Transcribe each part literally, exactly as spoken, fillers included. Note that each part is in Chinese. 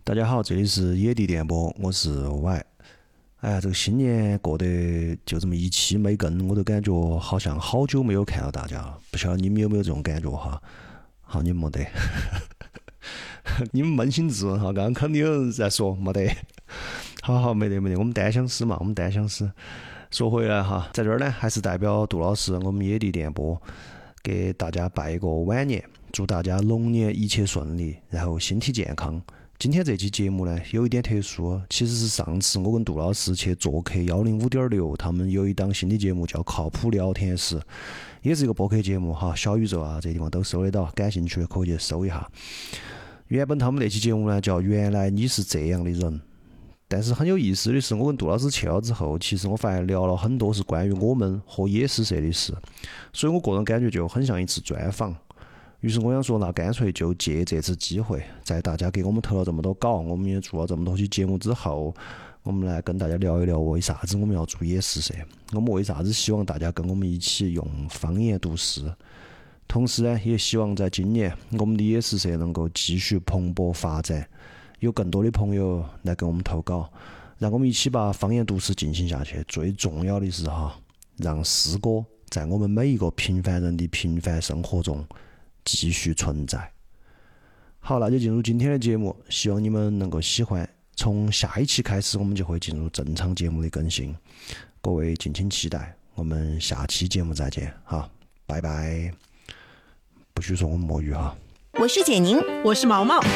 大家好，这里是野地电波，我是 Y。哎呀，这个新年过得就这么一期没更，我都感觉好像好久没有看到大家了。不晓得你们有没有这种感觉哈？好，你们没得，你们扪心自问哈，刚刚肯定有人在说没得。好好，没得没得，我们单相思嘛，我们单相思。说回来哈，在这儿呢，还是代表杜老师，我们野地电波给大家拜一个晚年，祝大家龙年一切顺利，然后身体健康。今天这期节目呢有一点特殊，其实是上次我跟杜老师去做客一零五点六，他们有一档新的节目叫靠谱聊天室，也是一个播客节目哈，小宇宙啊这地方都搜得到，感兴趣的可以去搜一下。原本他们那期节目呢叫原来你是这样的人，但是很有意思的是，我跟杜老师去了之后，其实我发现聊了很多是关于我们和野诗社的事，所以我个人感觉就很像一次专访。于是我想说，那干脆就借这次机会，在大家给我们投了这么多稿，我们也做了这么多期节目之后，我们来跟大家聊一聊为啥子我们要做野诗社，我们为啥子希望大家跟我们一起用方言读诗。同时呢，也希望在今年我们的野诗社能够继续蓬勃发展，有更多的朋友来给我们投稿，让我们一起把方言读诗进行下去。最重要的是哈，让诗歌在我们每一个平凡人的平凡生活中继续存在。好，那就进入今天的节目，希望你们能够喜欢。从下一期开始，我们就会进入正常节目的更新，各位敬请期待。我们下期节目再见，好，拜拜。不许说我们摸鱼哈。 我是简宁， 我是毛毛。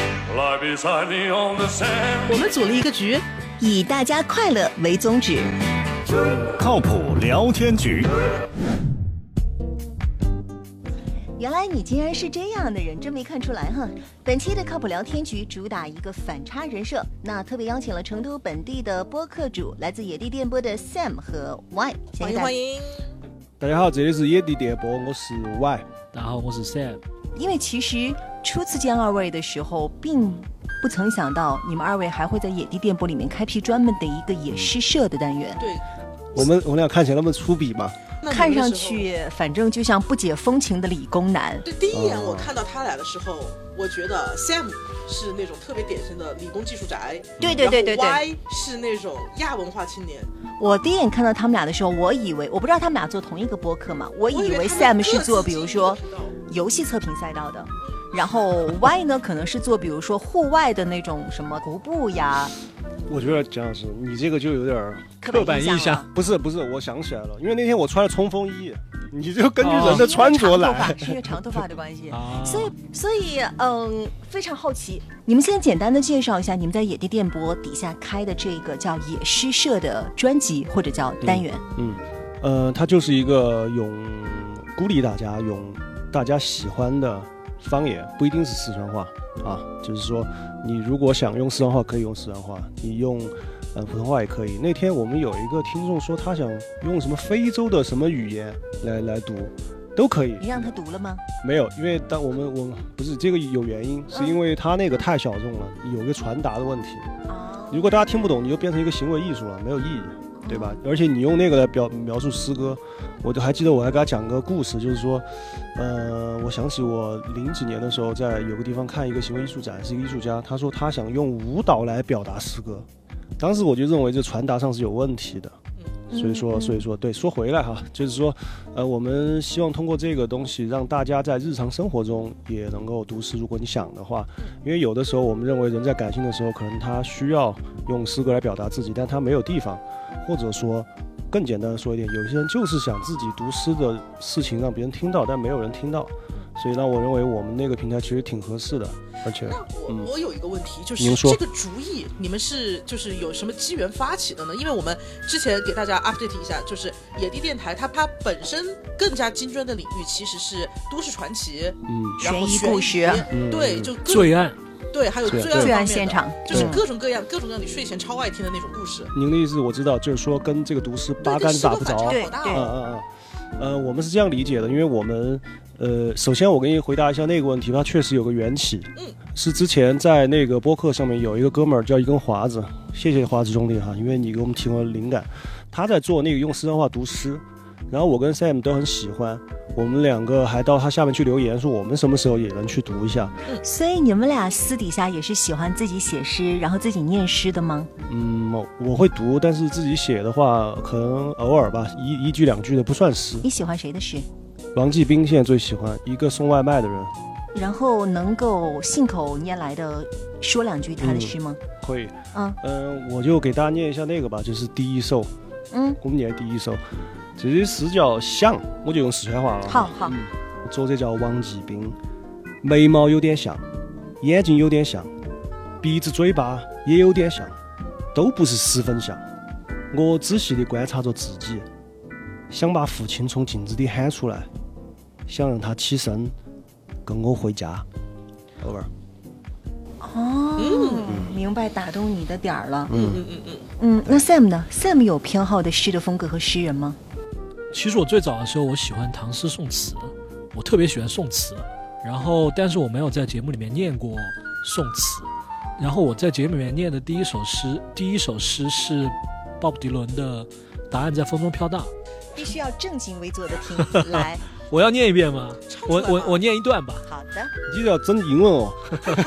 我们组了一个局， 以大家快乐为宗旨， 靠谱聊天局。 原来你竟然是这样的人，真没看出来哈。本期的靠谱聊天局主打一个反差人设，那特别邀请了成都本地的播客主，来自野地电波的 Sam 和 Y， 欢迎欢迎。 大家好，这里是野地电波，我是 Y。 大家好，我是 Sam。 因为其实初次见二位的时候，并不曾想到你们二位还会在野地电波里面开辟专门的一个野诗社的单元。 对， 我们我们俩看起来那么粗鄙嘛？ 看上去反正就像不解风情的理工男。 对，第一眼我看到他俩的时候，我觉得 Sam 是那种特别典型的理工技术宅， 对对对对对 ，Y 是那种亚文化青年。 我第一眼看到他们俩的时候，我以为我不知道他们俩做同一个播客嘛，我以为 Sam 是做比如说游戏测评赛道的，然后 Y 呢可能是做比如说户外的那种什么徒步呀。 我觉得蒋老师，你这个就有点刻板印象。 不是不是，我想起来了，因为那天我穿了冲锋衣，你就根据人的穿着来。 哦、是因为长头发的关系，所以所以嗯，非常好奇，你们先简单的介绍一下你们在野地电波底下开的这个叫野诗社的专辑或者叫单元。 嗯，嗯呃，它就是一个用鼓励大家用大家喜欢的方言，不一定是四川话啊，就是说你如果想用四川话可以用四川话，你用呃普通话也可以。那天我们有一个听众说他想用什么非洲的什么语言来来读，都可以。 你让他读了吗？没有，因为当我们我不是这个有原因，是因为他那个太小众了，有一个传达的问题。哦，如果大家听不懂，你就变成一个行为艺术了，没有意义。对吧？而且你用那个来表描述诗歌，我就还记得我还给他讲个故事，就是说，呃，我想起我零几年的时候在有个地方看一个行为艺术展，是一个艺术家，他说他想用舞蹈来表达诗歌，当时我就认为这传达上是有问题的，所以说，所以说，对，说回来哈，就是说，呃，我们希望通过这个东西让大家在日常生活中也能够读诗，如果你想的话，因为有的时候我们认为人在感性的时候，可能他需要用诗歌来表达自己，但他没有地方。或者说更简单的说一点，有些人就是想自己读诗的事情让别人听到，但没有人听到，所以让我认为我们那个平台其实挺合适的。而且那我、嗯、我有一个问题，就是这个主意你们是就是有什么机缘发起的呢？因为我们之前给大家 update 一下，就是野地电台它它本身更加精专的领域其实是都市传奇，嗯，然后悬疑故事， 嗯、对，就罪案。 对，还有罪案罪案现场， 就是各种各样、嗯、各种各样你睡前超爱听的那种故事。 您的意思我知道，就是说跟这个读诗八竿子打不着。 对对对。 嗯嗯嗯。呃，我们是这样理解的，因为我们呃，首先我给你回答一下那个问题，它确实有个缘起，嗯，是之前在那个播客上面有一个哥们儿叫一根华子，谢谢华子兄弟哈，因为你给我们提供了灵感，他在做那个用四川话读诗。 然后我跟 Sam 都很喜欢，我们两个还到他下面去留言说我们什么时候也能去读一下。 所以你们俩私底下也是喜欢自己写诗然后自己念诗的吗？ 嗯，我会读，但是自己写的话可能偶尔吧，一一句两句的不算诗。 你喜欢谁的诗？ 王继兵现在最喜欢，一个送外卖的人。 然后能够信口拈来的说两句他的诗吗？ 嗯、可以。 嗯嗯、呃，我就给大家念一下那个吧，就是第一首。 嗯， 我们念第一首，这些诗叫像，我就用四川话了。 好好、嗯。 作者叫王继兵，眉毛有点像，眼睛有点像，鼻子嘴巴也有点像，都不是十分像。我仔细地观察着自己，想把父亲从镜子里喊出来，想让他起身跟我回家。over。 哦、嗯，明白，打动你的点儿了。 嗯嗯嗯嗯。 嗯，那 Sam 呢 ？Sam 有偏好的诗的风格和诗人吗？ 其实我最早的时候，我喜欢唐诗宋词，我特别喜欢宋词。然后，但是我没有在节目里面念过宋词。然后我在节目里面念的第一首诗，第一首诗是鲍勃迪伦的《答案在风中飘荡》。 必须要正襟危坐的听，来。 我要念一遍吗？我我我念一段吧。 好的。 你记得要真英文哦。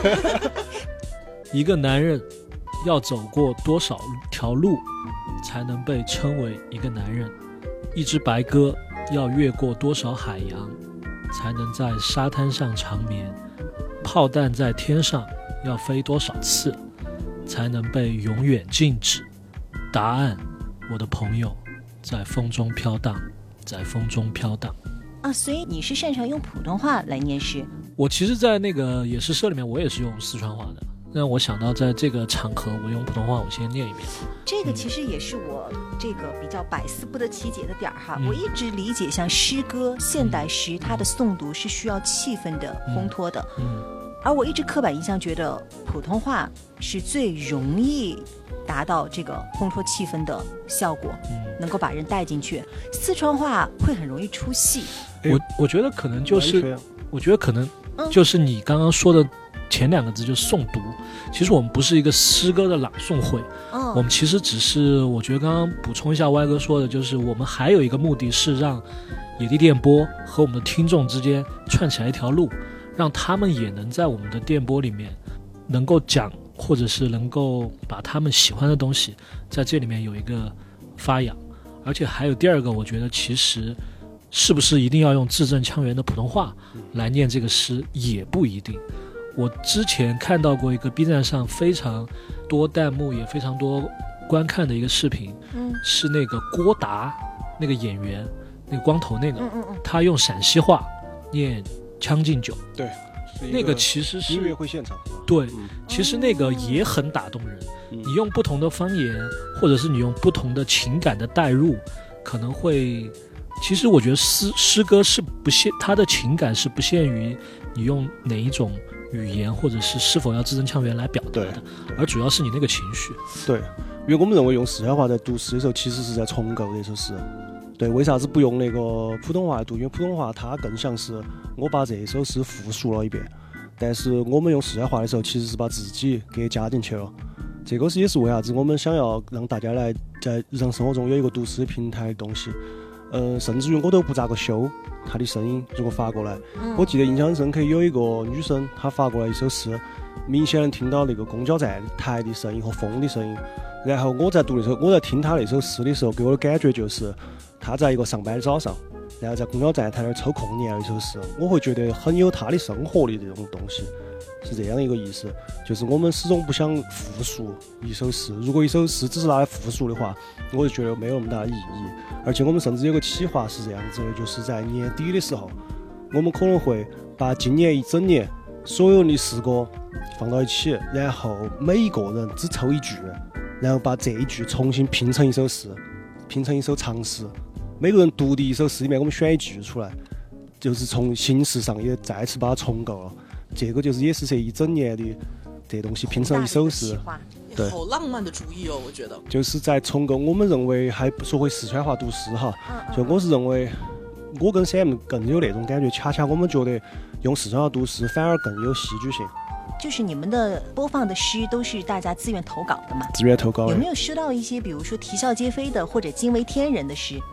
一个男人要走过多少条路才能被称为一个男人？一只白鸽要越过多少海洋才能在沙滩上长眠？炮弹在天上要飞多少次才能被永远静止？答案，我的朋友，在风中飘荡，在风中飘荡。 啊，所以你是擅长用普通话来念诗？ 我其实在那个野诗社里面我也是用四川话的，让我想到在这个场合我用普通话我先念一遍。 这个其实也是我这个比较百思不得其解的点儿哈、 嗯、 我一直理解像诗歌现代诗、嗯、它的诵读是需要气氛的烘托的、 嗯嗯、 而我一直刻板印象觉得普通话是最容易达到这个烘托气氛的效果、嗯、能够把人带进去，四川话会很容易出戏。 我我觉得可能就是我觉得可能就是你刚刚说的前两个字就是诵读，其实我们不是一个诗歌的朗诵会、哦、我们其实只是，我觉得刚刚补充一下歪哥说的，就是我们还有一个目的是让野地电波和我们的听众之间串起来一条路，让他们也能在我们的电波里面能够讲，或者是能够把他们喜欢的东西在这里面有一个发扬。而且还有第二个，我觉得其实是不是一定要用字正腔圆的普通话来念这个诗也不一定。我之前看到过一个 B 站上非常多弹幕也非常多观看的一个视频、嗯、是那个郭达那个演员，那个光头那个、嗯嗯嗯、他用陕西话念《将进酒》。 对， 那个其实是音乐会现场。 对、嗯、其实那个也很打动人、嗯、你用不同的方言或者是你用不同的情感的带入，可能会，其实我觉得诗诗歌是不限，它的情感是不限于你用哪一种语言或者是是否要字正腔圆来表达的，而主要是你那个情绪。 对，因为我们认为用四川话在读诗的时候其实是在重构这首诗。对，为啥子不用那个普通话来读？因为普通话它更像是我把这首诗复述了一遍，但是我们用四川话的时候其实是把自己给加进去了。这个是也是为啥子我们想要让大家来在日常生活中有一个读诗平台的东西。呃，甚至于我都不咋个修他的声音，如果发过来、嗯、我记得印象深刻，有一个女生她发过来一首诗，明显能听到那个公交站台的声音和风的声音，然后我在读的时候，我在听她那首诗的时候，给我的感觉就是她在一个上班的早上，然后在公交站台那儿抽空念了一首诗，我会觉得很有她的生活的这种东西，是这样一个意思。就是我们始终不想复述一首诗，如果一首诗只是拿来复述的话，我就觉得没有那么大的意义。而且我们甚至有个企划是这样子的，就是在年底的时候，我们可能会把今年一整年所有的诗歌放到一起，然后每一个人只抽一句，然后把这一句重新拼成一首诗，拼成一首长诗。每个人读的一首诗里面，我们选一句出来，就是从形式上也再次把它重构了。这个就是也是这一整年的这东西拼成一首诗。对， 好浪漫的主意哦，我觉得就是在重构。我们认为还说回四川话读诗哈，就我是认为我跟 Sam 更有那种感觉，恰恰我们觉得用四川话读诗反而更有戏剧性。 就是你们的播放的诗都是大家自愿投稿的嘛？ 自愿投稿。 有没有收到一些比如说啼笑皆非的或者惊为天人的诗？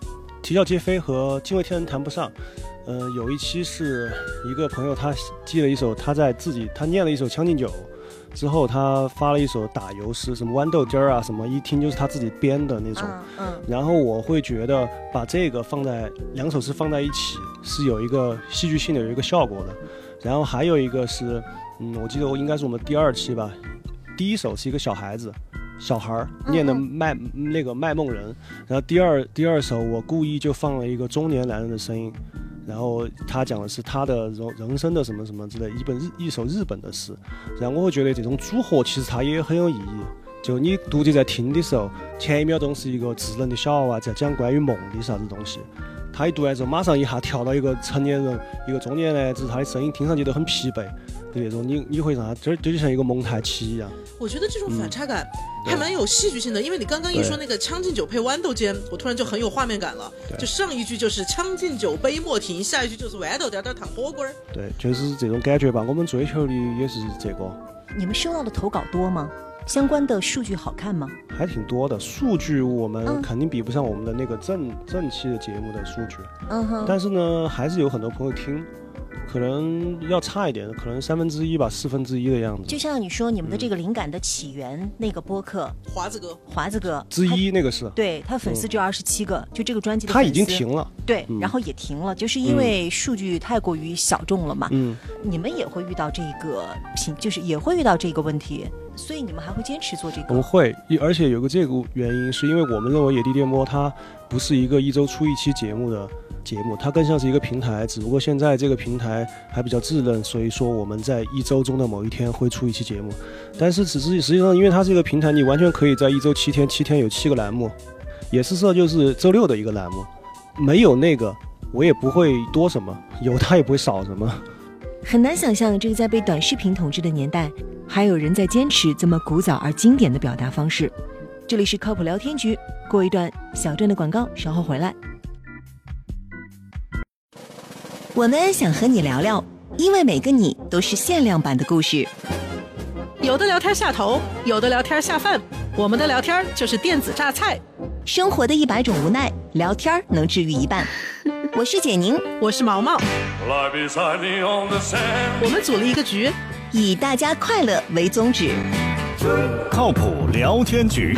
啼笑皆非和惊为天人谈不上。呃，有一期是一个朋友他记了一首，他在自己他念了一首《将进酒》之后，他发了一首打油诗，什么豌豆汁儿啊，什么一听就是他自己编的那种。嗯嗯。然后我会觉得把这个放在两首诗放在一起是有一个戏剧性的有一个效果的。然后还有一个是，嗯，我记得我应该是我们第二期吧，第一首是一个小孩子。小孩念的卖、嗯、那个卖梦人，然后第二第二首我故意就放了一个中年男人的声音，然后他讲的是他的人生的什么什么之类，一本日一首日本的诗，然后我会觉得这种组合其实它也很有意义。就你读者在听的时候，前一秒钟是一个稚嫩的小娃娃在讲关于梦的啥子东西，他一读完之后马上一下跳到一个成年人，一个中年男子，他的声音听上去都很疲惫。那种你你会让他这这就像一个蒙太奇一样。 我觉得这种反差感还蛮有戏剧性的，嗯、因为你刚刚一说那个将进酒配豌豆尖，我突然就很有画面感了。就上一句就是将进酒杯莫停，下一句就是豌豆点点糖火锅。 对，就是这种感觉吧。我们追求的也是这个。 你们收到的投稿多吗？相关的数据好看吗？ 还挺多的，数据我们肯定比不上我们的那个正正期的节目的数据。嗯哼。但是呢，还是有很多朋友听。可能要差一点，可能三分之一吧，四分之一的样子。 就像你说你们的这个灵感的起源、嗯、那个播客， 华子哥， 华子哥之一那个是， 对他粉丝只有二十七个、嗯，就这个专辑的粉丝他已经停了， 对、嗯，然后也停了，就是因为数据太过于小众了嘛。嗯，你们也会遇到这个平，就是也会遇到这个问题，所以你们还会坚持做这个？ 我们会，而且有个这个原因，是因为我们认为野地电波它不是一个一周出一期节目的。节目它更像是一个平台，只不过现在这个平台还比较稚嫩，所以说我们在一周中的某一天会出一期节目。但是实际实际上，因为它是一个平台，你完全可以在一周七天，七天有七个栏目，也是说就是周六的一个栏目，没有那个我也不会多什么，有它也不会少什么。 很难想象这个在被短视频统治的年代，还有人在坚持这么古早而经典的表达方式。这里是靠谱聊天局，过一段小段的广告，稍后回来。我们想和你聊聊，因为每个你都是限量版的故事。 有的聊天下头，有的聊天下饭，我们的聊天就是电子榨菜。 生活的一百种无奈，聊天能治愈一半。我是简宁， 我是毛毛，我们组了一个局， 以大家快乐为宗旨。 靠谱聊天局，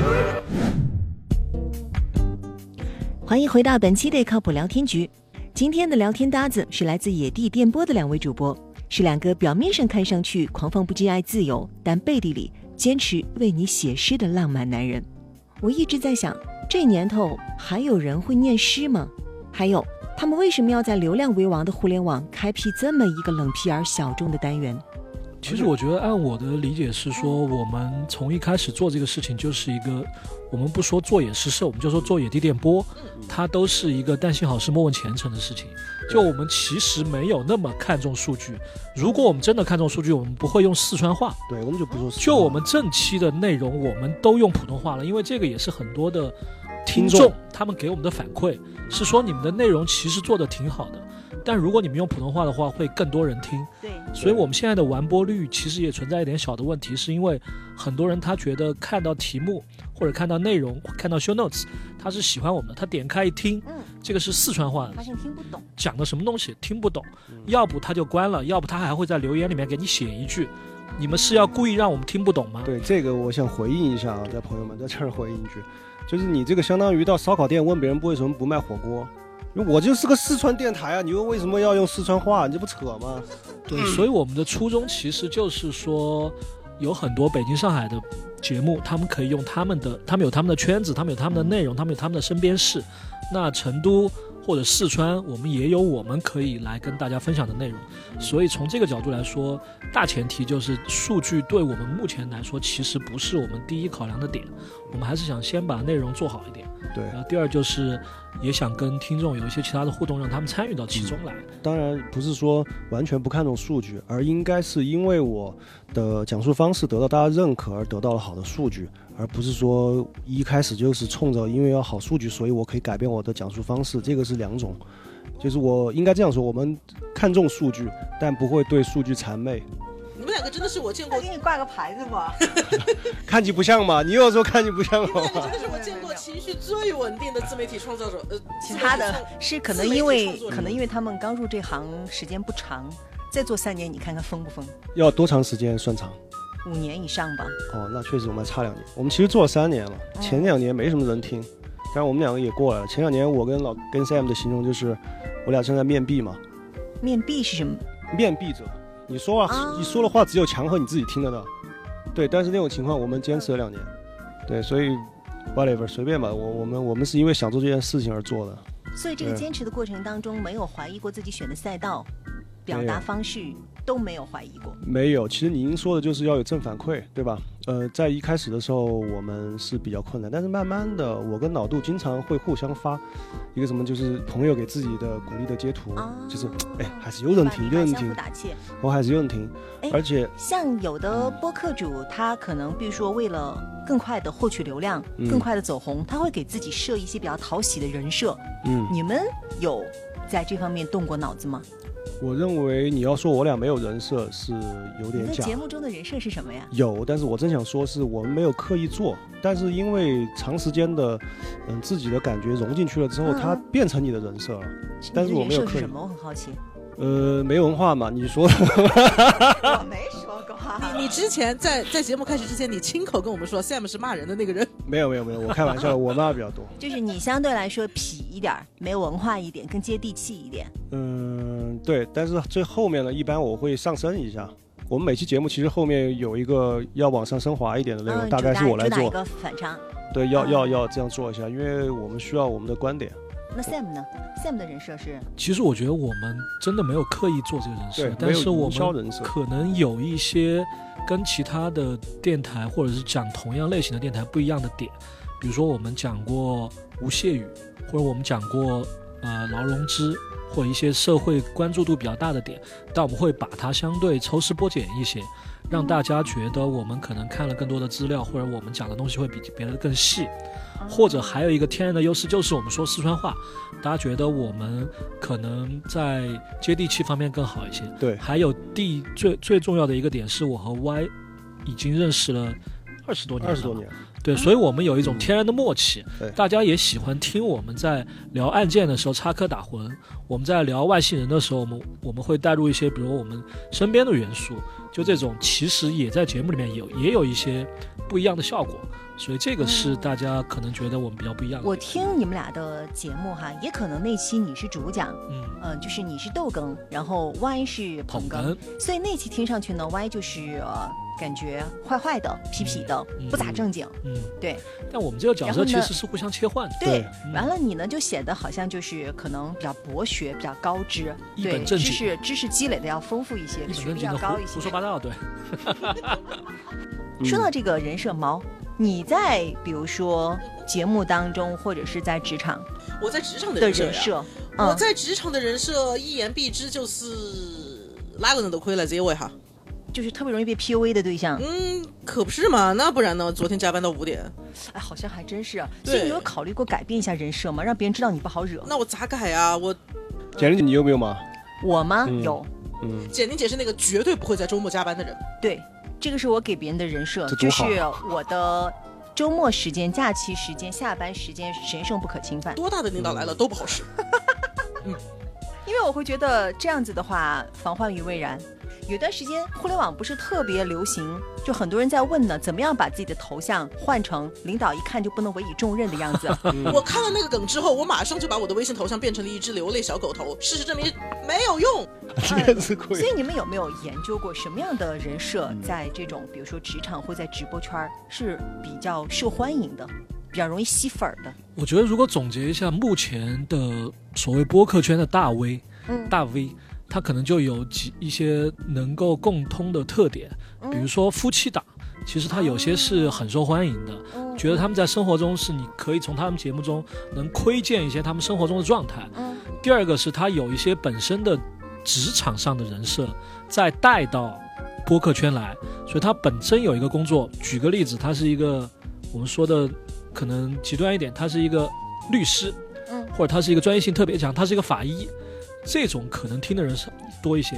欢迎回到本期的靠谱聊天局。今天的聊天搭子是来自野地电波的两位主播，是两个表面上看上去狂放不羁爱自由，但背地里坚持为你写诗的浪漫男人。我一直在想，这年头还有人会念诗吗？还有，他们为什么要在流量为王的互联网开辟这么一个冷僻而小众的单元？ 其实我觉得按我的理解是说，我们从一开始做这个事情就是一个，我们不说做野诗社，我们就说做野地电波，它都是一个但行好事莫问前程的事情。就我们其实没有那么看重数据，如果我们真的看重数据，我们不会用四川话， 对，我们就不说四川话。 就我们正期的内容我们都用普通话了，因为这个也是很多的听众他们给我们的反馈是说，你们的内容其实做得挺好的，但如果你们用普通话的话会更多人听。 对， 所以我们现在的完播率其实也存在一点小的问题，是因为很多人他觉得看到题目或者看到内容看到 show notes 他是喜欢我们的，他点开一听、嗯、这个是四川话的， 发现听不懂， 讲的什么东西听不懂、嗯、要不他就关了，要不他还会在留言里面给你写一句，你们是要故意让我们听不懂吗？ 对，这个我想回应一下啊，在朋友们在这儿回应一句，就是你这个相当于到烧烤店问别人为什么不卖火锅，我就是个四川电台啊，你又为什么要用四川话？你这不扯吗？ 对，所以我们的初衷其实就是说，有很多北京、上海的节目，他们可以用他们的，他们有他们的圈子，他们有他们的内容，他们有他们的身边事。那成都或者四川，我们也有我们可以来跟大家分享的内容。所以从这个角度来说，大前提就是数据对我们目前来说其实不是我们第一考量的点，我们还是想先把内容做好一点。 对， 然后第二就是也想跟听众有一些其他的互动，让他们参与到其中来、嗯、 当然不是说完全不看重数据，而应该是因为我的讲述方式得到大家认可而得到了好的数据，而不是说一开始就是冲着因为要好数据所以我可以改变我的讲述方式，这个是两种。就是我应该这样说，我们看重数据但不会对数据谄媚。 你们两个真的是我见过。 给你挂个牌子吧。 看起不像嘛？你又说看起不像吗？ 你们两个真的是我见过情绪最稳定的自媒体创造者。呃， 其他的是可能因为可能因为他们刚入这行时间不长，再做三年，你看看疯不疯？ 要多长时间算长？ 五年以上吧。 哦，那确实我们还差两年。我们其实做了三年了，前两年没什么人听，当然我们两个也过来了。前两年我跟老跟 Sam 的形容就是，我俩正在面壁嘛。 面壁是什么？ 面壁者，你说话、啊、你说的话只有墙和你自己听得到。对，但是那种情况我们坚持了两年。对，所以 whatever 随便吧。我我们我们是因为想做这件事情而做的。 所以这个坚持的过程当中，没有怀疑过自己选的赛道、表达方式。都没有怀疑过， 没有。其实您说的就是要有正反馈，对吧？呃，在一开始的时候我们是比较困难，但是慢慢的，我跟老杜经常会互相发一个什么，就是朋友给自己的鼓励的截图，哦、就是哎，还是有人听，有人听，我还是有人听。而且像有的播客主，他可能比如说为了更快的获取流量，嗯、更快的走红，他会给自己设一些比较讨喜的人设。嗯，你们有在这方面动过脑子吗？ 我认为你要说我俩没有人设是有点假。 你在节目中的人设是什么呀？ 有，但是我真想说是我们没有刻意做，但是因为长时间的嗯自己的感觉融进去了之后，嗯、它变成你的人设了。但是我没有刻意。 人设是什么？我很好奇。 呃，没文化嘛，你说的。 我没说过。 你你之前在在节目开始之前，你亲口跟我们说 Sam 是骂人的那个人。 没有没有没有，我开玩笑，我骂比较多。 就是你相对来说痞一点，没文化一点，更接地气一点。 嗯，对。但是最后面呢，一般我会上升一下。我们每期节目其实后面有一个要往上升华一点的内容， 嗯、 大概是我来做。 一个反差。 对，要、嗯、要要这样做一下，因为我们需要我们的观点。 那 Sam 呢 ？Sam 的人设是？ 其实我觉得我们真的没有刻意做这个人设，但是我们可能有一些跟其他的电台或者是讲同样类型的电台不一样的点，比如说我们讲过吴谢宇，或者我们讲过呃劳荣枝，或者一些社会关注度比较大的点，但我们会把它相对抽丝剥茧一些，让大家觉得我们可能看了更多的资料，或者我们讲的东西会比别人更细。或者还有一个天然的优势，就是我们说四川话，大家觉得我们可能在接地气方面更好一些。 对， 还有第最最重要的一个点是，我和 Y 已经认识了二十多年了， 二十多年， 对，所以我们有一种天然的默契。 嗯、 大家也喜欢听我们在聊案件的时候插科打诨，我们在聊外星人的时候，我们我们会带入一些，比如我们身边的元素，就这种其实也在节目里面有也有一些不一样的效果。所以这个是大家可能觉得我们比较不一样的。 我听你们俩的节目哈，也可能那期你是主讲，嗯、呃，就是你是逗哏，然后 Y 是捧哏，所以那期听上去呢 ，Y 就是呃感觉坏坏的、痞痞的、嗯、不咋正经，嗯，对。 但我们这个角色其实是互相切换的。 对，嗯、完了你呢就显得好像就是可能比较博学、比较高知， 一本正经， 知识知识积累的要丰富一些，学历要高一些。 胡说八道，对。 说到这个人设毛。你在比如说节目当中，或者是在职场， 我在职场的人设，人设嗯、我在职场的人设一言蔽之就是哪个人都可以来惹我一下， 就是特别容易被 P U A 的对象。 嗯，可不是嘛？那不然呢？昨天加班到五点， 哎，好像还真是啊。所以你有考虑过改变一下人设吗？让别人知道你不好惹？ 那我咋改啊？我简玲姐，你有没有吗？ 我吗？嗯、有。 嗯，简玲姐是那个绝对不会在周末加班的人。 对。这个是我给别人的人设，就是我的周末时间、假期时间、下班时间神圣不可侵犯。 多大的领导来了都不好使。 嗯，因为我会觉得这样子的话，防患于未然。有段时间互联网不是特别流行，就很多人在问呢，怎么样把自己的头像换成领导一看就不能委以重任的样子。 嗯、我看了那个梗之后，我马上就把我的微信头像变成了一只流泪小狗头。事实证明没有用。 嗯、所以你们有没有研究过什么样的人设在这种比如说职场或在直播圈是比较受欢迎的，比较容易吸粉的？ 我觉得如果总结一下目前的所谓播客圈的大 V、嗯、大 V，它可能就有几一些能够共通的特点，比如说夫妻档，其实它有些是很受欢迎的，嗯、觉得他们在生活中是你可以从他们节目中能窥见一些他们生活中的状态。嗯、第二个是它有一些本身的职场上的人设再带到播客圈来，所以它本身有一个工作。举个例子，他是一个我们说的可能极端一点，他是一个律师，嗯、或者他是一个专业性特别强，他是一个法医。这种可能听的人多一些，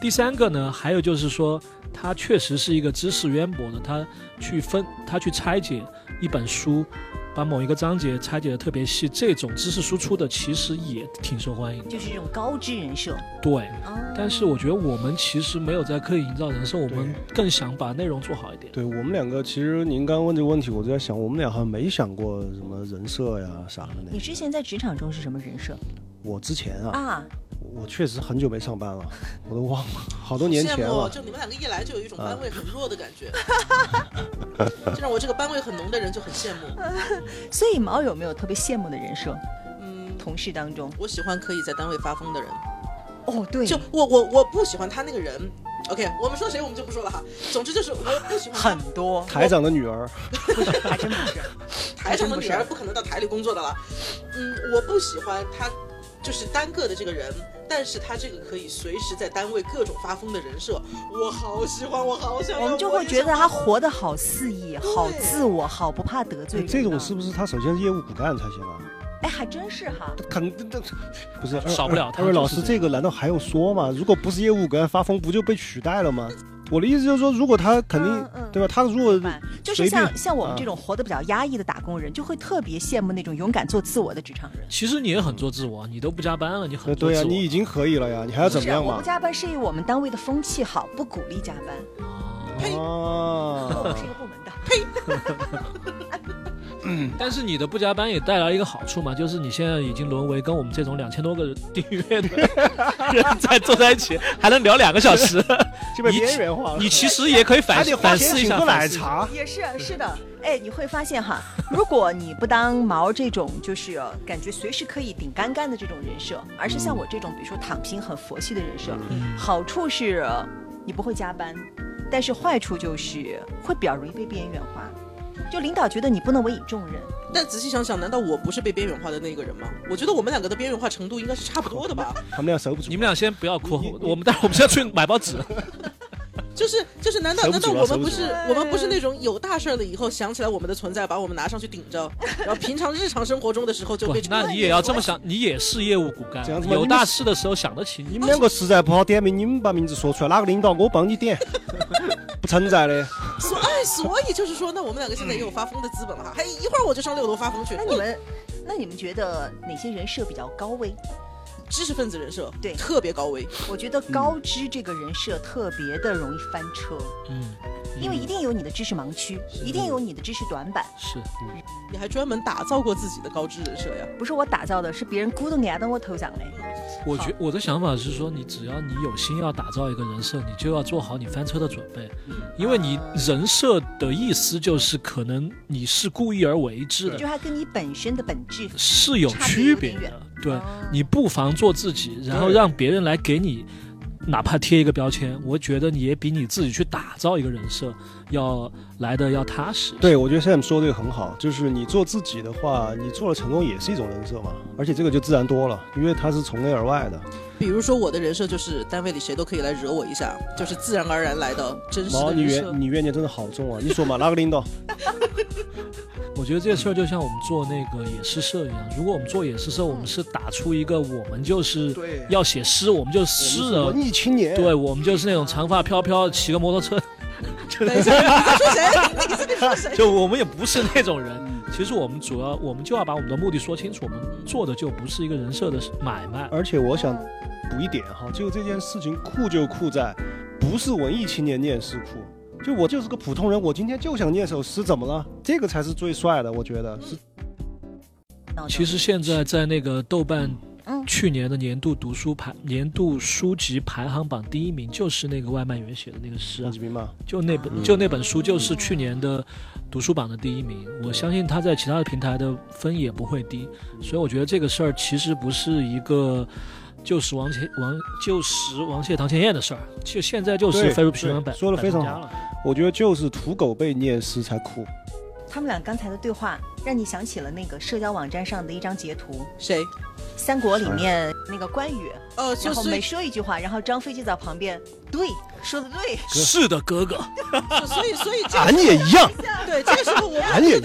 第三个呢，还有就是说，他确实是一个知识渊博的，他去分，他去拆解一本书，把某一个章节拆解的特别细，这种知识输出的其实也挺受欢迎的， 就是这种高知人设。 对，哦、但是我觉得我们其实没有在刻意营造人设，我们更想把内容做好一点。 对，我们两个其实您刚刚问这个问题，我就在想，我们俩好像没想过什么人设呀啥的。 你之前在职场中是什么人设？ 我之前啊。 啊。 我确实很久没上班了，我都忘了，好多年前了。 就你们两个一来就有一种班味很弱的感觉，啊、就让我这个班味很浓的人就很羡慕。 所以毛有没有特别羡慕的人设？嗯，同事当中， 我喜欢可以在单位发疯的人。 哦，对， 就我我我不喜欢他那个人。OK， 我们说谁我们就不说了哈。总之就是我不喜欢很多台长的女儿， 不是，还真不是。 台长的女儿不可能到台里工作的了。嗯，我不喜欢他。就是单个的这个人，但是他这个可以随时在单位各种发疯的人设，我好喜欢，我好想要。 我们就会觉得他活得好肆意，好自我，好不怕得罪人。 这种是不是他首先是业务骨干才行啊？ 哎，还真是哈。 肯定的，不是少不了他。 二位老师，这个难道还用说吗？如果不是业务骨干发疯，不就被取代了吗？我的意思就是说，如果他肯定、嗯嗯、对吧？他如果就是像像我们这种活得比较压抑的打工人，啊、就会特别羡慕那种勇敢做自我的职场人。 其实你也很做自我，你都不加班了，你很做自我。对啊，你已经可以了呀，你还要怎么样嘛？ 我不加班是因为我们单位的风气好，不鼓励加班。 呸！ 我不是一个部门的。 呸！ 嗯，但是你的不加班也带来一个好处嘛，就是你现在已经沦为跟我们这种两千多个订阅的人在坐在一起，还能聊两个小时， 就被边缘化了。 你其实也可以反反思一下， 喝奶茶也是是的。哎，你会发现哈，如果你不当毛这种就是感觉随时可以顶干干的这种人设，而是像我这种比如说躺平很佛系的人设，嗯、好处是你不会加班，但是坏处就是会比较容易被边缘化。就领导觉得你不能委以重任， 但仔细想想，难道我不是被边缘化的那个人吗？我觉得我们两个的边缘化程度应该是差不多的吧。 他们俩守不住。 你们俩先不要哭，我们待会儿我们现在去买包纸。 就是就是，难道难道我们不是我们不是那种有大事了以后想起来我们的存在，把我们拿上去顶着，然后平常日常生活中的时候就被。 那你也要这么想，你也是业务骨干，有大事的时候想得起你。你们两个实在不好点名，你们把名字说出来，哪个领导我帮你点，不存在的。 所以所以就是说，那我们两个现在也有发疯的资本了哈。还一会儿我就上六楼发疯去。 那你们那你们觉得哪些人设比较高危？ 知识分子人设对特别高危， 我觉得高知这个人设特别的容易翻车，嗯，因为一定有你的知识盲区，一定有你的知识短板。 是， 嗯、你还专门打造过自己的高知人设呀？ 不是我打造的，是别人咕咚压到我头上嘞。 我觉我的想法是说，你只要你有心要打造一个人设，你就要做好你翻车的准备，嗯、因为你人设的意思就是可能你是故意而为之的， 就它跟你本身的本质是有区别的。对、哦、你不妨做自己，然后让别人来给你哪怕贴一个标签，我觉得你也比你自己去打造一个人设要来的要踏实。 对，我觉得 Sam 说的这个很好，就是你做自己的话，你做了成功也是一种人设嘛，而且这个就自然多了，因为它是从内而外的。 比如说我的人设就是单位里谁都可以来惹我一下，就是自然而然来的真实的人设。 你怨念真的好重啊！你说嘛，哪个领导？ 我觉得这事儿就像我们做那个野诗社一样，如果我们做野诗社，我们是打出一个我们就是要写诗，我们就诗人， 文艺青年， 对，我们就是那种长发飘飘，骑个摩托车。 等一下，你在说谁？你在说谁？ 就我们也不是那种人。其实我们主要，我们就要把我们的目的说清楚，我们做的就不是一个人设的买卖。 而且我想补一点哈，就这件事情酷就酷在，不是文艺青年念诗酷。就我就是个普通人，我今天就想念首诗，怎么了？这个才是最帅的，我觉得是。 其实现在在那个豆瓣去年的年度读书排、年度书籍排行榜第一名，就是那个外卖员写的那个诗、啊，就那本、嗯、就那本书就是去年的读书榜的第一名。我相信他在其他的平台的分也不会低，所以我觉得这个事儿其实不是一个。旧时王谢王旧时王谢堂前燕的事儿，就现在就是飞入平原版， 说的非常好。我觉得就是土狗被念诗才酷。 他们俩刚才的对话让你想起了那个社交网站上的一张截图。 谁？ 三国里面那个关羽， 呃， 然后每说一句话，然后张飞就在旁边，对，说的对， 是的，哥哥。 所以，所以俺也一样。 对，这个时候我们也得接一句，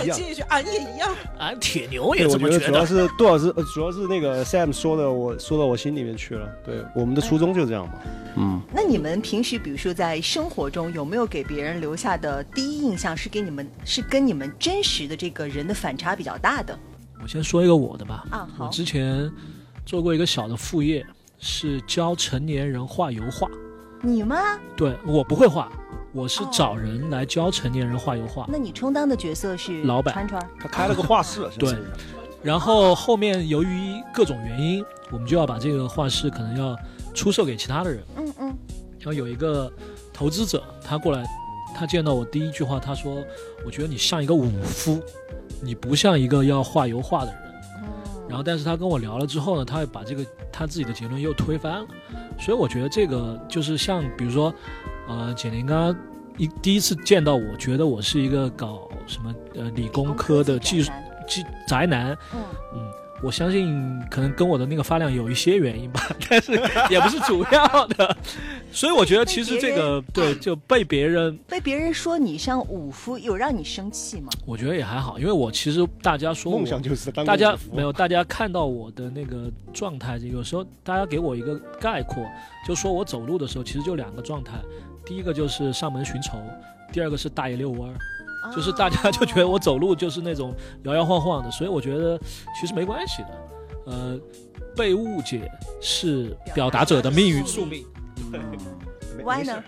俺也一样， 俺铁牛也这么觉得。 觉主要是杜老师，主要是那个 Sam 说的，我说到我心里面去了。对，我们的初衷就这样嘛。嗯。 那你们平时比如说在生活中有没有给别人留下的第一印象是给你们是跟你们真实的这个人的反差比较大的？ 我先说一个我的吧。 啊，好。 我之前做过一个小的副业，是教成年人画油画。 你吗？ 对，我不会画，我是找人来教成年人画油画。 哦、那你充当的角色是老板， 川川， 他开了个画室。 对，然后后面由于各种原因，我们就要把这个画室可能要出售给其他的人。 嗯嗯。 然后有一个投资者，他过来，他见到我第一句话，他说：“我觉得你像一个武夫，你不像一个要画油画的人。”然后，但是他跟我聊了之后呢，他会把这个他自己的结论又推翻了。所以我觉得这个就是像比如说，呃，简玲刚刚一第一次见到我，觉得我是一个搞什么呃理工科的技术技宅男，嗯嗯，我相信可能跟我的那个发量有一些原因吧，但是也不是主要的。所以我觉得其实这个对就被别人被别人说你像武夫，有让你生气吗？ 我觉得也还好，因为我其实大家说我梦想就是当大家没有大家看到我的那个状态，有时候大家给我一个概括，就说我走路的时候其实就两个状态，第一个就是上门寻仇，第二个是大爷遛弯儿。就是大家就觉得我走路就是那种摇摇晃晃的，所以我觉得其实没关系的。呃，被误解是表达者的命运宿命。 歪呢？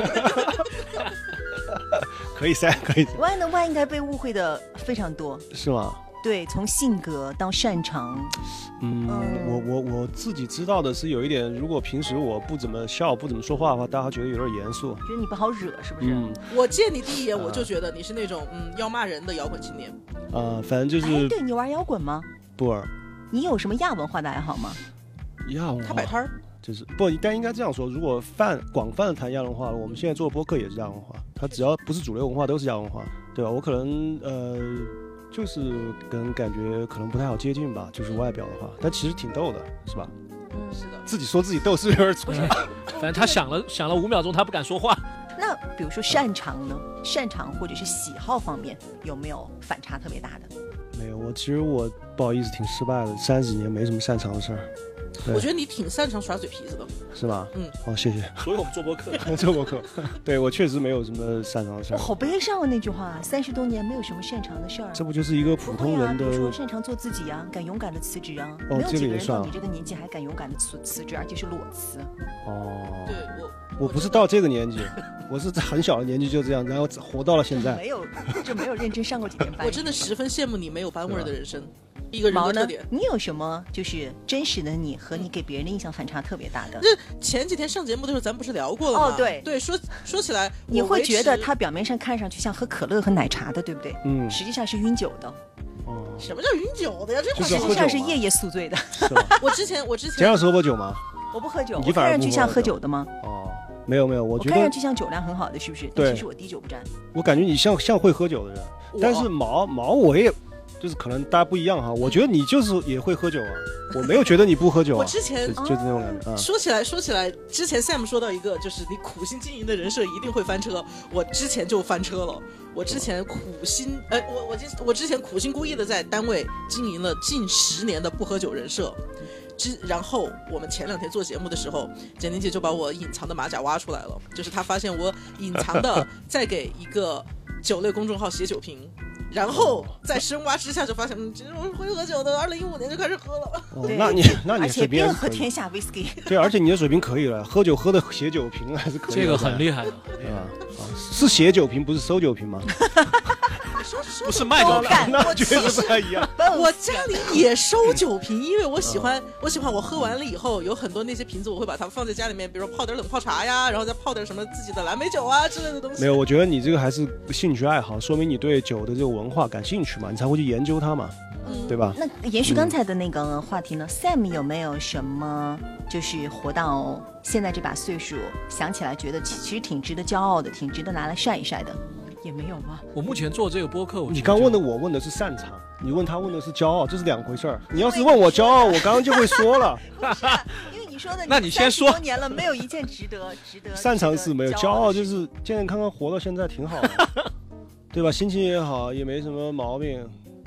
可以噻，可以。 歪呢？歪应该被误会的非常多， 是吗？ 对，从性格到擅长。 嗯，嗯我我我自己知道的是有一点，如果平时我不怎么笑、不怎么说话的话，大家觉得有点严肃， 觉得你不好惹，是不是？ 嗯， 我见你第一眼我就觉得你是那种、呃、嗯要骂人的摇滚青年。 啊、呃，反正就是。 哎，对，你玩摇滚吗？ 不玩。 你有什么亚文化的爱好吗？ 亚文化。 他摆摊儿。 就是不，但应该这样说，如果泛广泛的谈亚文化了，我们现在做的播客也是亚文化，它只要不是主流文化都是亚文化，对吧？我可能呃。就是跟感觉可能不太好接近吧，就是外表的话，但其实挺逗的，是吧？ 嗯，是的。 自己说自己逗是有点蠢， 反正他想了想了五秒钟，他不敢说话。 那比如说擅长呢？擅长或者是喜好方面有没有反差特别大的？ 没有，我其实我不好意思挺失败的，三十几年没什么擅长的事儿。 我觉得你挺擅长耍嘴皮子的， 是吧？ 嗯， 哦，谢谢。 所以我们做播客， 做播客，对我确实没有什么擅长的事儿。 我好悲伤啊，那句话，三十多年没有什么擅长的事儿。 这不就是一个普通人的？ 啊、比如说擅长做自己啊，敢勇敢的辞职啊， 哦、 没有几个人到你这个年纪还敢勇敢的辞辞职，而且是裸辞。 哦， 对我， 我不是到这个年纪，我是在很小的年纪就这样，然后活到了现在。 没有，就没有认真上过几天班。 我真的十分羡慕你没有班味的人生。一个人的特点。 你有什么就是真实的你和你给别人的印象反差特别大的？ 这前几天上节目的时候，咱不是聊过了吗？ 哦，对对，说说起来， 你会觉得他表面上看上去像喝可乐和奶茶的，对不对？ 嗯， 实际上是晕酒的。 哦， 什么叫晕酒的呀？这实际上是夜夜宿醉的。 我之前我之前前两次喝过酒吗？ 我不喝酒， 你反而我看上去像喝酒的吗？ 哦，没有没有，我觉得我看上去像酒量很好的，是不是？ 对， 其实我滴酒不沾。 我感觉你像像会喝酒的人，但是毛毛我也。就是可能大家不一样哈，我觉得你就是也会喝酒啊，我没有觉得你不喝酒啊。 我之前就就是那种感觉、啊。 说起来说起来，之前 Sam 说到一个，就是你苦心经营的人设一定会翻车，我之前就翻车了。我之前苦心，呃，我我我之前苦心孤诣的在单位经营了近十年的不喝酒人设。之然后我们前两天做节目的时候，简玲姐就把我隐藏的马甲挖出来了，就是她发现我隐藏的在给一个酒类公众号写酒评。然后在深挖之下就发现，嗯，其实我是会喝酒的，二零一五年就开始喝了。 哦，那你那你水平而且喝天下 whisky。 对，而且你的水平可以了，喝酒喝的写酒评还是可以的。 这个很厉害的， 对吧？啊，是写酒评，不是收酒评吗？ 不是卖酒评， 那确实不太一样。 我家里也收酒瓶，因为我喜欢，我喜欢我喝完了以后，有很多那些瓶子，我会把它们放在家里面，比如说泡点冷泡茶呀，然后再泡点什么自己的蓝莓酒啊之类的东西。 没有，我觉得你这个还是兴趣爱好，说明你对酒的这个文化感兴趣嘛，你才会去研究它嘛，嗯、对吧？ 那延续刚才的那个话题呢、嗯、，Sam 有没有什么就是活到现在这把岁数，想起来觉得其实挺值得骄傲的，挺值得拿来晒一晒的？也没有吗？ 我目前做这个播客， 你刚问的我问的是擅长，你问他问的是骄傲，这是两回事儿。你要是问我骄傲，我刚刚就会说了。 不是、啊，因为你说的， 那你先说。 多年了，没有一件值得值得。 擅长是没有，骄傲就是健健康康活到现在挺好的，对吧？心情也好，也没什么毛病，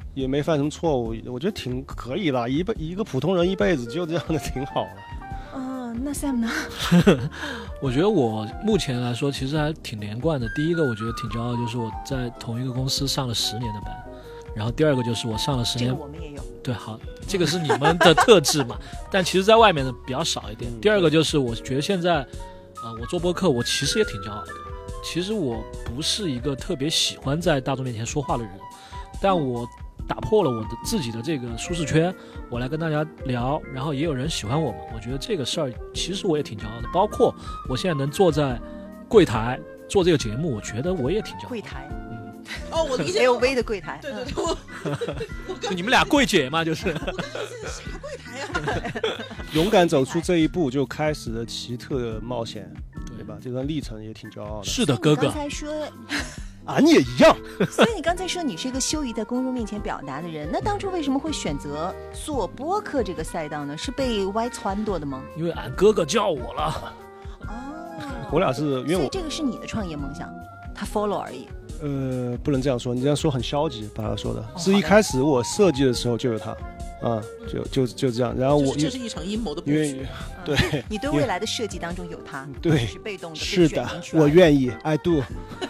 也没犯什么错误，我觉得挺可以了。一辈一个普通人一辈子就这样的挺好的。 啊，那 Sam 呢？ 我觉得我目前来说其实还挺连贯的。第一个我觉得挺骄傲，就是我在同一个公司上了十年的班。然后第二个就是我上了十年， 这个我们也有。 对，好，这个是你们的特质嘛，但其实在外面的比较少一点。第二个就是我觉得现在，呃，我做播客，我其实也挺骄傲的。其实我不是一个特别喜欢在大众面前说话的人，但我打破了我的自己的这个舒适圈，我来跟大家聊，然后也有人喜欢我们，我觉得这个事儿其实我也挺骄傲的。包括我现在能坐在柜台做这个节目，我觉得我也挺骄傲的。 柜台。 哦，我理解 L V 的柜台， 对对对，我就你们俩柜姐嘛，就是。 我的意思是啥柜台呀？ 勇敢走出这一步，就开始了奇特的冒险，对吧？这段历程也挺骄傲的。 是的，哥哥。 刚才说， 俺也一样。 所以你刚才说你是一个羞于在公众面前表达的人，那当初为什么会选择做播客这个赛道呢？是被歪撺掇的吗？ 因为俺哥哥叫我了。 哦， 我俩是因为我， 所以这个是你的创业梦想，他 follow 而已。 呃，不能这样说，你这样说很消极，把他说的。是一开始我设计的时候就有他，啊，就就就这样。然后我这是一场阴谋的布局， 对， 你对未来的设计当中有他， 对， 是被动的， 是的，我愿意 ，I do。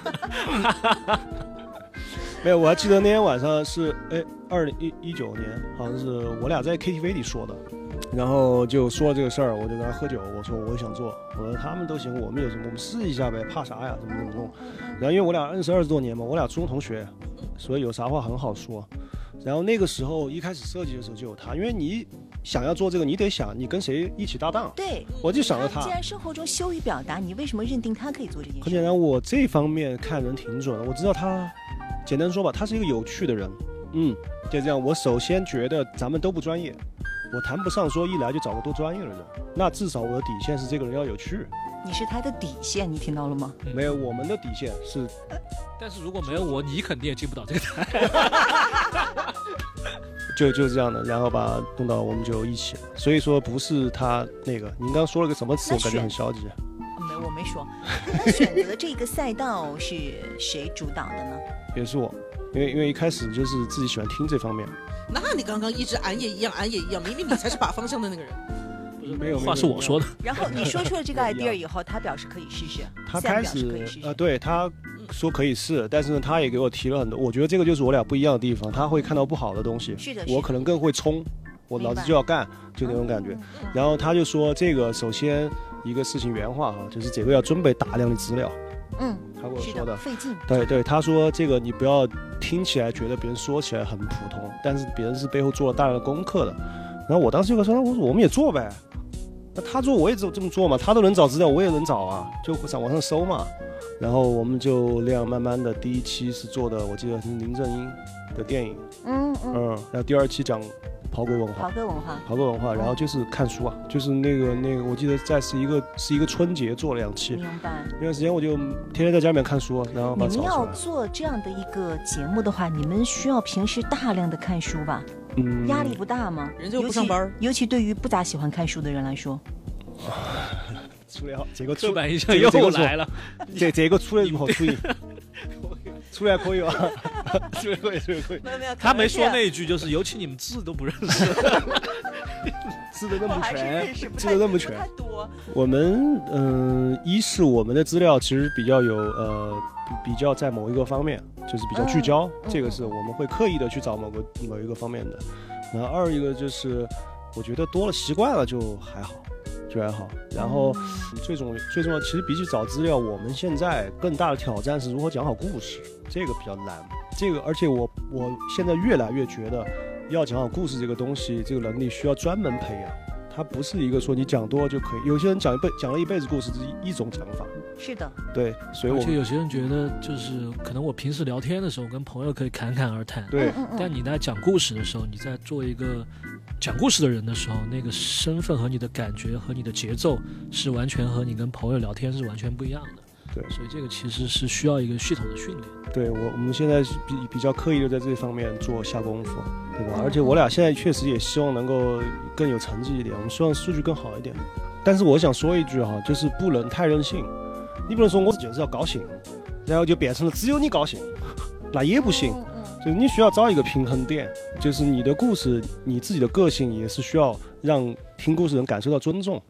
没有，我还记得那天晚上是哎，二零一一九年，好像是我俩在 K T V 里说的。然后就说了这个事儿，我就跟他喝酒，我说我也想做，我说他们都行，我们有什么，我们试一下呗，怕啥呀，怎么怎么弄。然后因为我俩认识二十多年嘛，我俩初中同学，所以有啥话很好说。然后那个时候一开始设计的时候就有他，因为你想要做这个，你得想你跟谁一起搭档。 对， 我就想着他。 既然生活中羞于表达，你为什么认定他可以做这件事？ 很简单，我这方面看人挺准的，我知道他，简单说吧，他是一个有趣的人。嗯，就这样。我首先觉得咱们都不专业。我谈不上说一来就找个多专业的人，那至少我的底线是这个人要有趣。 你是他的底线，你听到了吗？ 没有，我们的底线是， 但是如果没有我，你肯定也进不到这个台。 就就是这样的，然后把它弄到我们就一起了。所以说不是他那个，您刚刚说了个什么词，我感觉很消极。 没，我没说。那选择这个赛道是谁主导的呢？ 也是我，因为因为一开始就是自己喜欢听这方面。 那你刚刚一直俺也一样，俺也一样，明明你才是把方向的那个人。 没有， 话是我说的。 然后你说出了这个 idea 以后，他表示可以试试。 他开始呃，对，他说可以试，但是呢，他也给我提了很多。我觉得这个就是我俩不一样的地方，他会看到不好的东西， 是的， 我可能更会冲，我老子就要干，就那种感觉。然后他就说，这个首先一个事情原话哈，就是这个要准备大量的资料。 嗯， 他跟我说的， 费劲。 对对，他说这个你不要听起来觉得别人说起来很普通，但是别人是背后做了大量的功课的。然后我当时就说，我说我们也做呗，那他做我也这么做嘛，他都能找资料，我也能找啊，就上网上搜嘛。然后我们就这样慢慢的，第一期是做的，我记得是林正英的电影， 嗯嗯， 嗯，然后第二期讲袍哥文化， 袍哥文化， 袍哥文化，然后就是看书啊，就是那个那个，我记得在是一个是一个春节做了两期， 明白。 那段时间我就天天在家里面看书，然后把它找出来。 你们要做这样的一个节目的话，你们需要平时大量的看书吧？嗯，压力不大吗？ 人家不上班， 尤其对于不咋喜欢看书的人来说。 出来好，这个刻板印象又来了。 这这个出来如何处理？出来可以吧？出来可以，出来可以。 没有没有， 他没说那一句，就是尤其你们字都不认识， 字的那么全，字的那么全。我们嗯、呃，一是我们的资料其实比较有呃比较在某一个方面，就是比较聚焦，嗯、这个是我们会刻意的去找某个某一个方面的。然后二一个就是，我觉得多了习惯了就还好。就还好，然后最重最重要，其实比起找资料，我们现在更大的挑战是如何讲好故事，这个比较难。这个，而且我我现在越来越觉得，要讲好故事这个东西，这个能力需要专门培养。它不是一个说你讲多了就可以，有些人讲一辈讲了一辈子故事，这是一种讲法。 是的， 对，所以我而且有些人觉得，就是可能我平时聊天的时候跟朋友可以侃侃而谈， 对， 但你在讲故事的时候，你在做一个讲故事的人的时候，那个身份和你的感觉和你的节奏是完全和你跟朋友聊天是完全不一样的。 对， 所以这个其实是需要一个系统的训练。 对，我我们现在比比较刻意的在这方面做下功夫，对吧？而且我俩现在确实也希望能够更有成绩一点，我们希望数据更好一点。但是我想说一句哈，就是不能太任性，你不能说我就是要高兴，然后就变成了只有你高兴，那也不行。 就是你需要找一个平衡点，就是你的故事，你自己的个性也是需要让听故事人感受到尊重。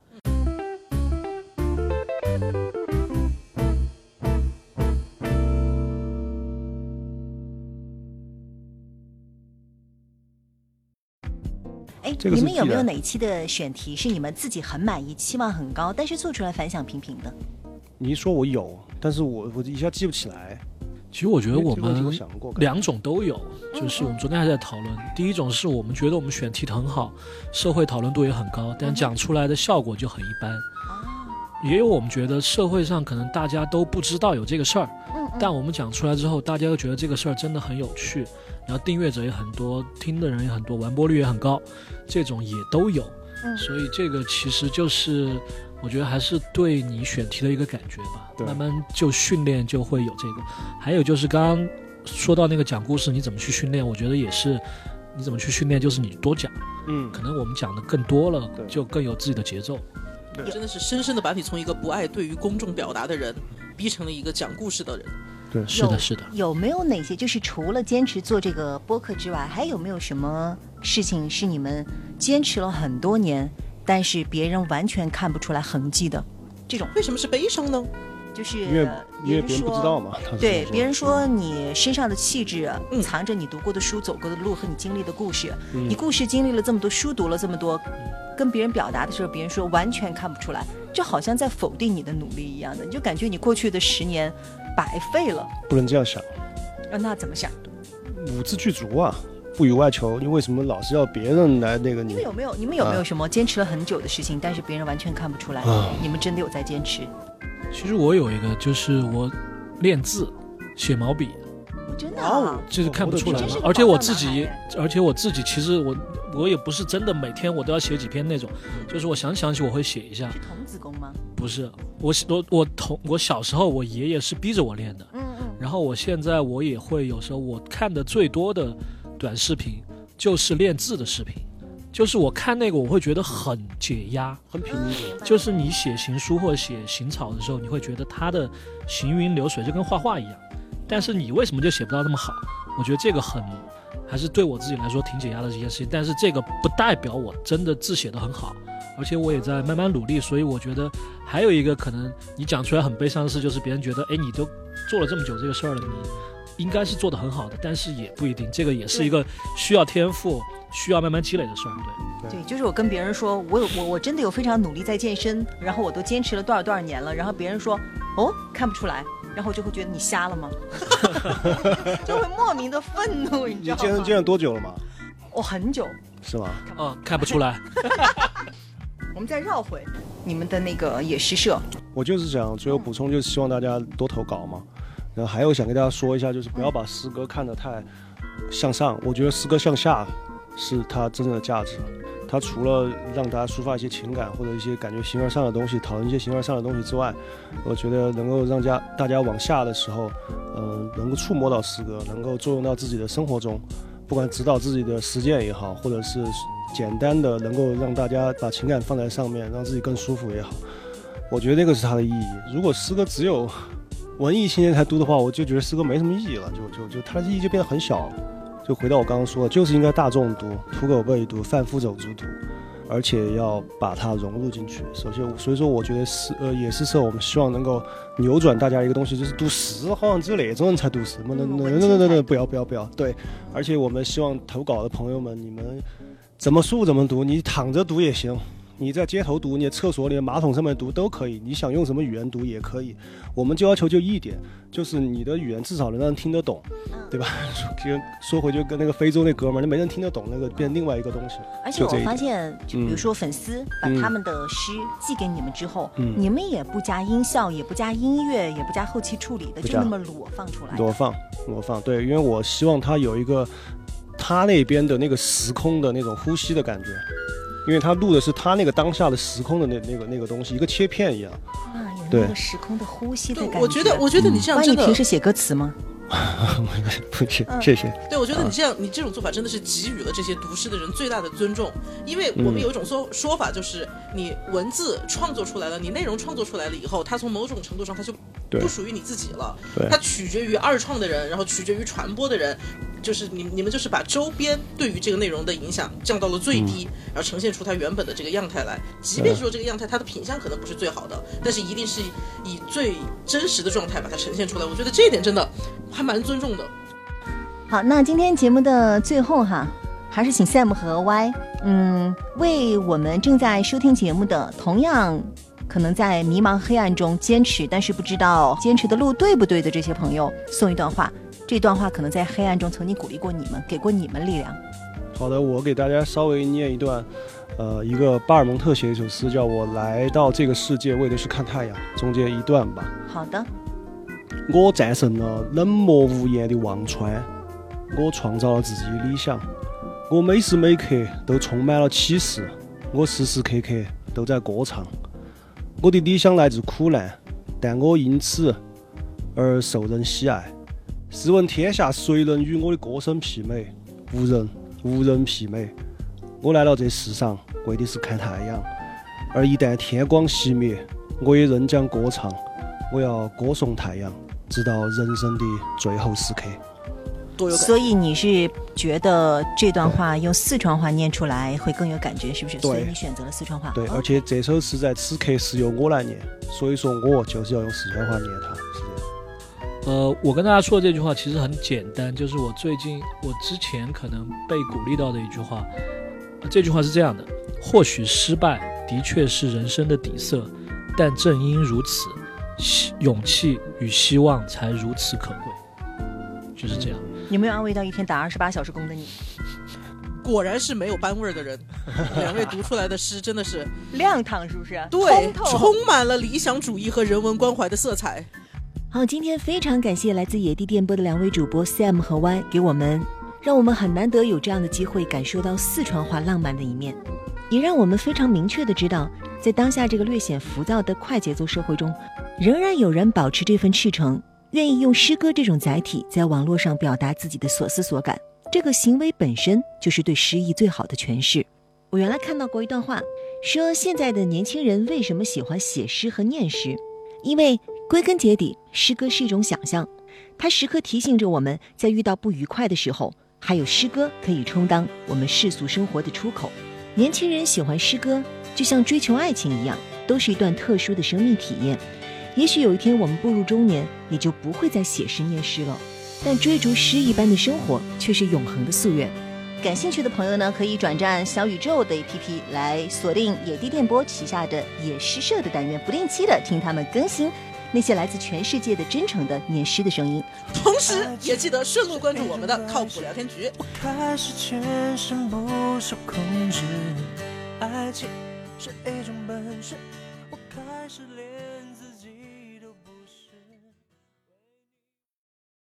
哎，你们有没有哪一期的选题是你们自己很满意、期望很高，但是做出来反响平平的？ 你一说我有，但是我我一下记不起来。 其实我觉得我们两种都有，就是我们昨天还在讨论。第一种是我们觉得我们选题很好，社会讨论度也很高，但讲出来的效果就很一般。也有我们觉得社会上可能大家都不知道有这个事儿，但我们讲出来之后，大家又觉得这个事儿真的很有趣，然后订阅者也很多，听的人也很多，完播率也很高，这种也都有。所以这个其实就是我觉得还是对你选题的一个感觉吧，慢慢就训练就会有这个。还有就是刚刚说到那个讲故事你怎么去训练，我觉得也是你怎么去训练，就是你多讲，嗯，可能我们讲的更多了，就更有自己的节奏。 真的是深深的把你从一个不爱对于公众表达的人逼成了一个讲故事的人。 对， 是的是的。 有没有哪些就是除了坚持做这个播客之外，还有没有什么事情是你们坚持了很多年但是别人完全看不出来痕迹的这种？ 为什么是悲伤呢？ 就是因为因为别人不知道嘛。 对，别人说你身上的气质、嗯、藏着你读过的书、走过的路和你经历的故事、嗯、你故事经历了这么多，书读了这么多，跟别人表达的时候别人说完全看不出来，就好像在否定你的努力一样的，你就感觉你过去的十年白费了。 不能这样想。 那怎么想？ 五字具足啊，不与外求，你为什么老是要别人来那个你？ 你们有没有你们有没有什么坚持了很久的事情、啊、但是别人完全看不出来、啊、你们真的有在坚持？ 其实我有一个，就是我练字写毛笔， 真的啊， 就是看不出来嘛。而且我自己而且我自己其实我我也不是真的每天我都要写几篇那种，就是我想想起我会写一下。 是童子功吗？ 不是，我我我童我小时候我爷爷是逼着我练的，嗯嗯。然后我现在我也会有时候我看的最多的短视频就是练字的视频。就是我看那个我会觉得很解压， 很平静。 就是你写行书或者写行草的时候，你会觉得它的行云流水就跟画画一样，但是你为什么就写不到那么好？我觉得这个很还是对我自己来说挺解压的一件事情，但是这个不代表我真的字写得很好，而且我也在慢慢努力。所以我觉得还有一个可能你讲出来很悲伤的事，就是别人觉得哎，你都做了这么久这个事儿了，你应该是做得很好的，但是也不一定，这个也是一个需要天赋需要慢慢积累的事儿。 对对，就是我跟别人说我有我我真的有非常努力在健身，然后我都坚持了多少多少年了，然后别人说哦看不出来，然后就会觉得你瞎了吗？就会莫名的愤怒，你知道吗？ 你健身健了多久了吗？ 我、哦、很久。 是吗？ 哦，看不出来。 我们再绕回你们的那个野诗社。 我就是想最后补充，就是希望大家多投稿嘛。然后还有想跟大家说一下，就是不要把诗歌看得太向上，我觉得诗歌向下是它真正的价值。它除了让大家抒发一些情感或者一些感觉形而上的东西，讨论一些形而上的东西之外，我觉得能够让家大家往下的时候，呃，能够触摸到诗歌，能够作用到自己的生活中，不管指导自己的实践也好，或者是简单的能够让大家把情感放在上面，让自己更舒服也好，我觉得那个是它的意义。如果诗歌只有文艺青年才读的话，我就觉得诗歌没什么意义了，就就就它的意义就变得很小了。就回到我刚刚说的，就是应该大众读、土狗辈读、贩夫走卒读，而且要把它融入进去。首先，所以说我觉得诗呃野诗社，我们希望能够扭转大家一个东西，就是读诗好像只有那种人才读诗，那那那那那那不要不要不要，对。而且我们希望投稿的朋友们，你们怎么书怎么读，你躺着读也行。你在街头读，你在厕所里马桶上面读都可以，你想用什么语言读也可以。我们就要求就一点，就是你的语言至少能让人听得懂，对吧？说说回就跟那个非洲那哥们儿，那没人听得懂，那个变另外一个东西。 而且我发现，就比如说粉丝把他们的诗寄给你们之后，嗯、你们也不加音效，也不加音乐，也不加后期处理的，就那么裸放出来。 裸放，裸放，对，因为我希望他有一个他那边的那个时空的那种呼吸的感觉。因为他录的是他那个当下的时空的那那个那个东西，一个切片一样。 啊，有那个时空的呼吸的感觉。 我觉得，我觉得你这样真的。 你平时写歌词吗？ 不是，谢谢。 对，我觉得你这样，你这种做法真的是给予了这些读诗的人最大的尊重。因为我们有一种说说法，就是你文字创作出来了，你内容创作出来了以后，它从某种程度上它就不属于你自己了。它取决于二创的人，然后取决于传播的人。 就是你你们就是把周边对于这个内容的影响降到了最低，嗯、然后呈现出它原本的这个样态来。即便是说这个样态它的品相可能不是最好的，但是一定是以最真实的状态把它呈现出来。我觉得这一点真的还蛮尊重的。 好，那今天节目的最后哈，还是请 Sam 和 Y， 嗯，为我们正在收听节目的，同样可能在迷茫黑暗中坚持，但是不知道坚持的路对不对的这些朋友，送一段话。这段话可能在黑暗中曾经鼓励过你们，给过你们力量。 好的，我给大家稍微念一段，呃，一个巴尔蒙特写的一首诗，叫我来到这个世界为的是看太阳，中间一段吧。 好的。 我战胜了冷漠无言的忘川，我创造了自己的理想，我每时每刻都充满了启示，我时时刻刻都在歌唱。我的理想来自苦难，但我因此而受人喜爱。试问天下谁能与我的歌声媲美？无人，无人媲美。我来到这世上为的是看太阳，而一旦天光熄灭，我也仍将歌唱。我要歌颂太阳，直到人生的最后时刻。 所以你是觉得这段话用四川话念出来会更有感觉，是不是？所以你选择了四川话。 对，而且这首诗在此刻是由我来念，所以说我就是要用四川话念它，是这样。 呃，我跟大家说的这句话其实很简单，就是我最近我之前可能被鼓励到的一句话。这句话是这样的：或许失败的确是人生的底色，但正因如此，勇气与希望才如此可贵。就是这样。 有没有安慰到一天打二十八小时工的你？ 果然是没有班味儿的人。两位读出来的诗真的是亮堂，是不是？ 对，充满了理想主义和人文关怀的色彩。 好，今天非常感谢来自野地电波的两位主播 Sam 和 Y， 给我们让我们很难得有这样的机会感受到四川话浪漫的一面，也让我们非常明确的知道，在当下这个略显浮躁的快节奏社会中，仍然有人保持这份赤诚，愿意用诗歌这种载体在网络上表达自己的所思所感，这个行为本身就是对诗意最好的诠释。我原来看到过一段话，说现在的年轻人为什么喜欢写诗和念诗，因为归根结底，诗歌是一种想象，它时刻提醒着我们在遇到不愉快的时候，还有诗歌可以充当我们世俗生活的出口。年轻人喜欢诗歌，就像追求爱情一样，都是一段特殊的生命体验。也许有一天我们步入中年，也就不会再写诗念诗了，但追逐诗一般的生活却是永恒的夙愿。感兴趣的朋友呢，可以转战小宇宙的 A P P 来锁定野地电波旗下的野诗社的单元，不定期的听他们更新那些来自全世界的真诚的念诗的声音。 同时也记得顺路关注我们的靠谱聊天局。 我开始全身不受控制，爱情是一种本事，我开始连